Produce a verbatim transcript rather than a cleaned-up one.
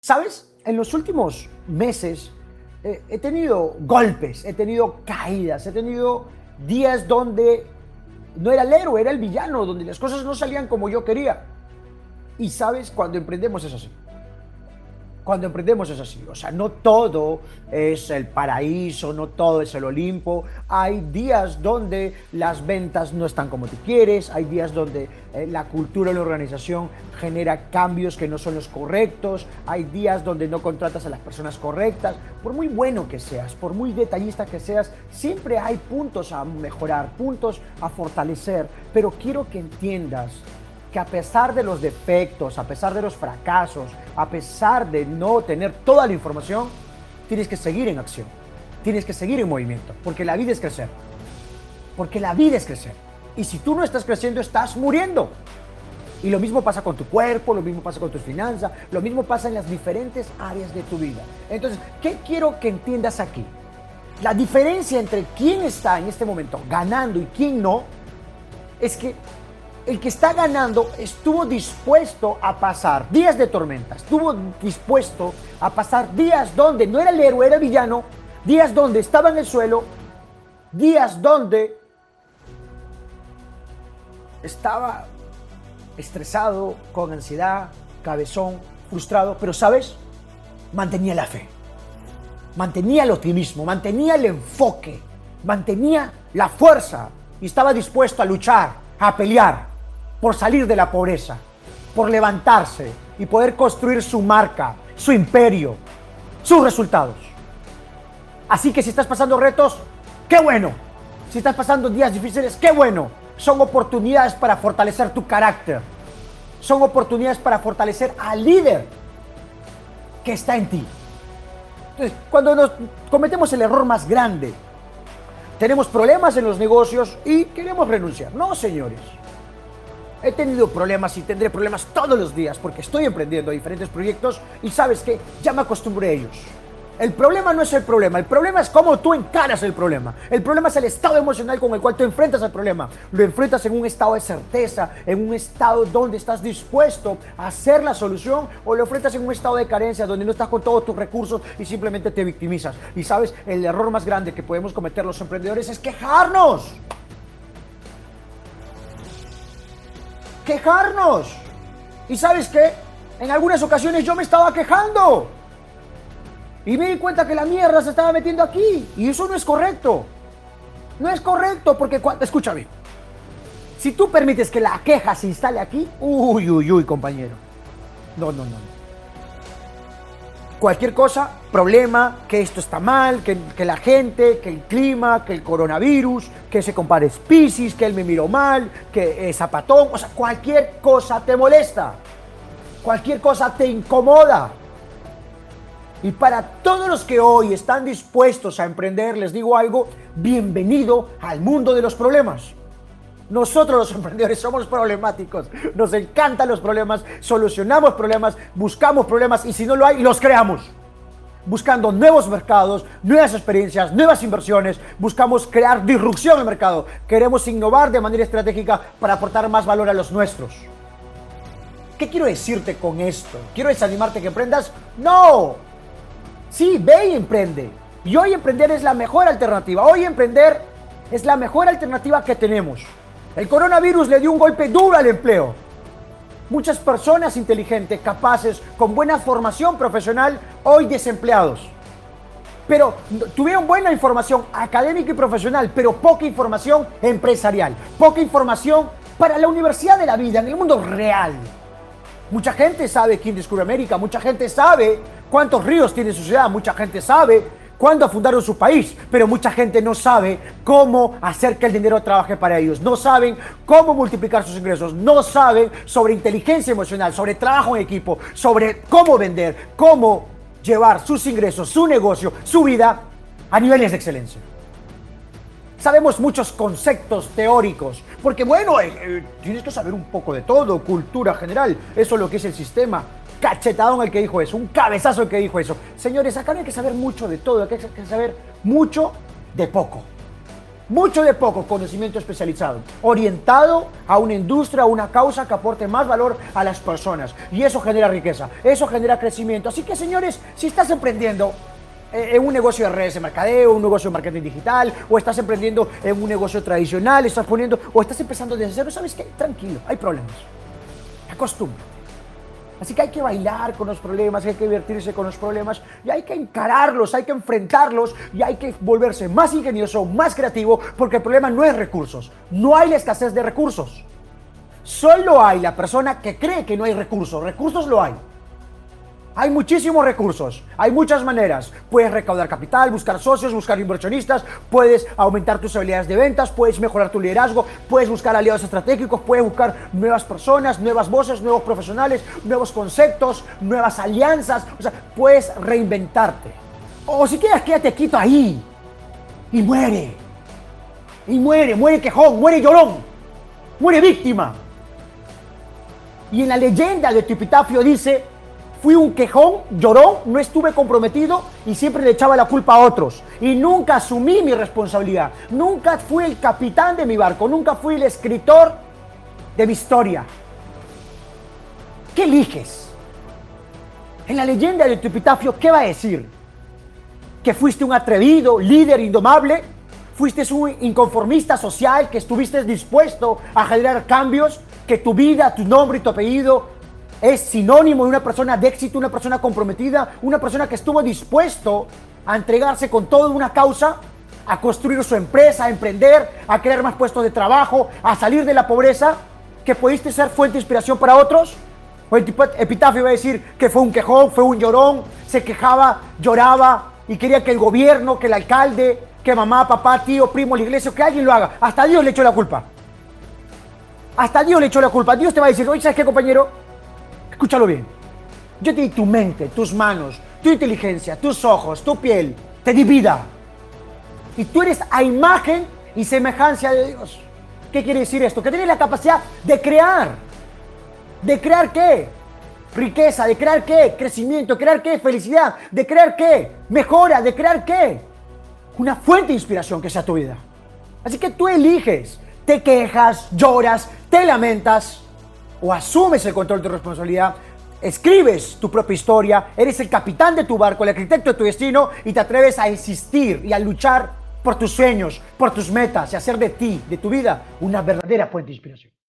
¿Sabes? En los últimos meses eh, he tenido golpes, he tenido caídas, he tenido días donde no era el héroe, era el villano, donde las cosas no salían como yo quería. Y sabes, cuando emprendemos es así. Cuando emprendemos es así, o sea, no todo es el paraíso, no todo es el Olimpo. Hay días donde las ventas no están como tú quieres, hay días donde eh, la cultura de la organización genera cambios que no son los correctos, hay días donde no contratas a las personas correctas. Por muy bueno que seas, por muy detallista que seas, siempre hay puntos a mejorar, puntos a fortalecer, pero quiero que entiendas que a pesar de los defectos, a pesar de los fracasos, a pesar de no tener toda la información, tienes que seguir en acción, tienes que seguir en movimiento, porque la vida es crecer, porque la vida es crecer. Y si tú no estás creciendo, estás muriendo. Y lo mismo pasa con tu cuerpo, lo mismo pasa con tus finanzas, lo mismo pasa en las diferentes áreas de tu vida. Entonces, ¿qué quiero que entiendas aquí? La diferencia entre quién está en este momento ganando y quién no, es que el que está ganando estuvo dispuesto a pasar días de tormenta, estuvo dispuesto a pasar días donde no era el héroe, era el villano, días donde estaba en el suelo, días donde estaba estresado, con ansiedad, cabezón, frustrado, pero ¿sabes? Mantenía la fe, mantenía el optimismo, mantenía el enfoque, mantenía la fuerza y estaba dispuesto a luchar, a pelear por salir de la pobreza, por levantarse y poder construir su marca, su imperio, sus resultados. Así que si estás pasando retos, ¡qué bueno! Si estás pasando días difíciles, ¡qué bueno! Son oportunidades para fortalecer tu carácter. Son oportunidades para fortalecer al líder que está en ti. Entonces, cuando nos cometemos el error más grande, tenemos problemas en los negocios y queremos renunciar. No, señores. He tenido problemas y tendré problemas todos los días porque estoy emprendiendo diferentes proyectos y sabes que ya me acostumbré a ellos. El problema no es el problema, el problema es cómo tú encaras el problema. El problema es el estado emocional con el cual tú enfrentas el problema. Lo enfrentas en un estado de certeza, en un estado donde estás dispuesto a hacer la solución, o lo enfrentas en un estado de carencia donde no estás con todos tus recursos y simplemente te victimizas. Y sabes, el error más grande que podemos cometer los emprendedores es quejarnos. Quejarnos. ¿Y sabes qué? En algunas ocasiones yo me estaba quejando y me di cuenta que la mierda se estaba metiendo aquí, y eso no es correcto. No es correcto porque, cuando, escúchame, si tú permites que la queja se instale aquí, uy, uy, uy, compañero. No, no, no. Cualquier cosa, problema, que esto está mal, que, que la gente, que el clima, que el coronavirus, que ese compadre es Piscis, que él me miró mal, que es zapatón, o sea, cualquier cosa te molesta, cualquier cosa te incomoda. Y para todos los que hoy están dispuestos a emprender, les digo algo: bienvenido al mundo de los problemas. Nosotros los emprendedores somos problemáticos, nos encantan los problemas, solucionamos problemas, buscamos problemas y si no lo hay, los creamos. Buscando nuevos mercados, nuevas experiencias, nuevas inversiones, buscamos crear disrupción en el mercado. Queremos innovar de manera estratégica para aportar más valor a los nuestros. ¿Qué quiero decirte con esto? ¿Quiero desanimarte que emprendas? ¡No! Sí, ve y emprende. Y hoy emprender es la mejor alternativa. Hoy emprender es la mejor alternativa que tenemos. El coronavirus le dio un golpe duro al empleo. Muchas personas inteligentes, capaces, con buena formación profesional, hoy desempleados. Pero tuvieron buena información académica y profesional, pero poca información empresarial, poca información para la universidad de la vida, en el mundo real. Mucha gente sabe quién descubrió América, mucha gente sabe cuántos ríos tiene su ciudad, mucha gente sabe cuándo fundaron su país, pero mucha gente no sabe cómo hacer que el dinero trabaje para ellos, no saben cómo multiplicar sus ingresos, no saben sobre inteligencia emocional, sobre trabajo en equipo, sobre cómo vender, cómo llevar sus ingresos, su negocio, su vida a niveles de excelencia. Sabemos muchos conceptos teóricos, porque bueno, eh, eh, tienes que saber un poco de todo, cultura general, eso es lo que es el sistema. Cachetadón el que dijo eso, un cabezazo el que dijo eso. Señores, acá no hay que saber mucho de todo, acá hay que saber mucho de poco. mucho de poco conocimiento especializado, orientado a una industria, a una causa que aporte más valor a las personas. Y eso genera riqueza, eso genera crecimiento. Así que, señores, si estás emprendiendo en un negocio de redes de mercadeo, un negocio de marketing digital, o estás emprendiendo en un negocio tradicional, estás poniendo, o estás empezando desde cero, ¿sabes qué? Tranquilo, hay problemas. Acostúmbrate. Así que hay que bailar con los problemas, hay que divertirse con los problemas, y hay que encararlos, hay que enfrentarlos, y hay que volverse más ingenioso, más creativo, porque el problema no es recursos. No hay la escasez de recursos. Solo hay la persona que cree que no hay recursos. Recursos lo hay. Hay muchísimos recursos, hay muchas maneras. Puedes recaudar capital, buscar socios, buscar inversionistas, puedes aumentar tus habilidades de ventas, puedes mejorar tu liderazgo, puedes buscar aliados estratégicos, puedes buscar nuevas personas, nuevas voces, nuevos profesionales, nuevos conceptos, nuevas alianzas. O sea, puedes reinventarte. O si quieres, quédate quieto ahí y muere. Y muere, muere quejón, muere llorón, muere víctima. Y en la leyenda de tu epitafio dice: fui un quejón, llorón, no estuve comprometido y siempre le echaba la culpa a otros. Y nunca asumí mi responsabilidad. Nunca fui el capitán de mi barco. Nunca fui el escritor de mi historia. ¿Qué eliges? En la leyenda de tu epitafio, ¿qué va a decir? ¿Que fuiste un atrevido, líder indomable? ¿Fuiste un inconformista social, que estuviste dispuesto a generar cambios? ¿Que tu vida, tu nombre y tu apellido es sinónimo de una persona de éxito, una persona comprometida, una persona que estuvo dispuesto a entregarse con toda una causa, a construir su empresa, a emprender, a crear más puestos de trabajo, a salir de la pobreza? ¿Que pudiste ser fuente de inspiración para otros? ¿O el epitafio va a decir que fue un quejón, fue un llorón, se quejaba, lloraba y quería que el gobierno, que el alcalde, que mamá, papá, tío, primo, la iglesia, que alguien lo haga? Hasta Dios le echó la culpa. Hasta Dios le echó la culpa. Dios te va a decir: oye, ¿sabes qué, compañero? Escúchalo bien. Yo te di tu mente, tus manos, tu inteligencia, tus ojos, tu piel. Te di vida. Y tú eres a imagen y semejanza de Dios. ¿Qué quiere decir esto? Que tienes la capacidad de crear. ¿De crear qué? Riqueza. ¿De crear qué? Crecimiento. ¿De crear qué? Felicidad. ¿De crear qué? Mejora. ¿De crear qué? Una fuente de inspiración que sea tu vida. Así que tú eliges. Te quejas, lloras, te lamentas, o asumes el control de tu responsabilidad, escribes tu propia historia, eres el capitán de tu barco, el arquitecto de tu destino, y te atreves a insistir y a luchar por tus sueños, por tus metas, y hacer de ti, de tu vida, una verdadera fuente de inspiración.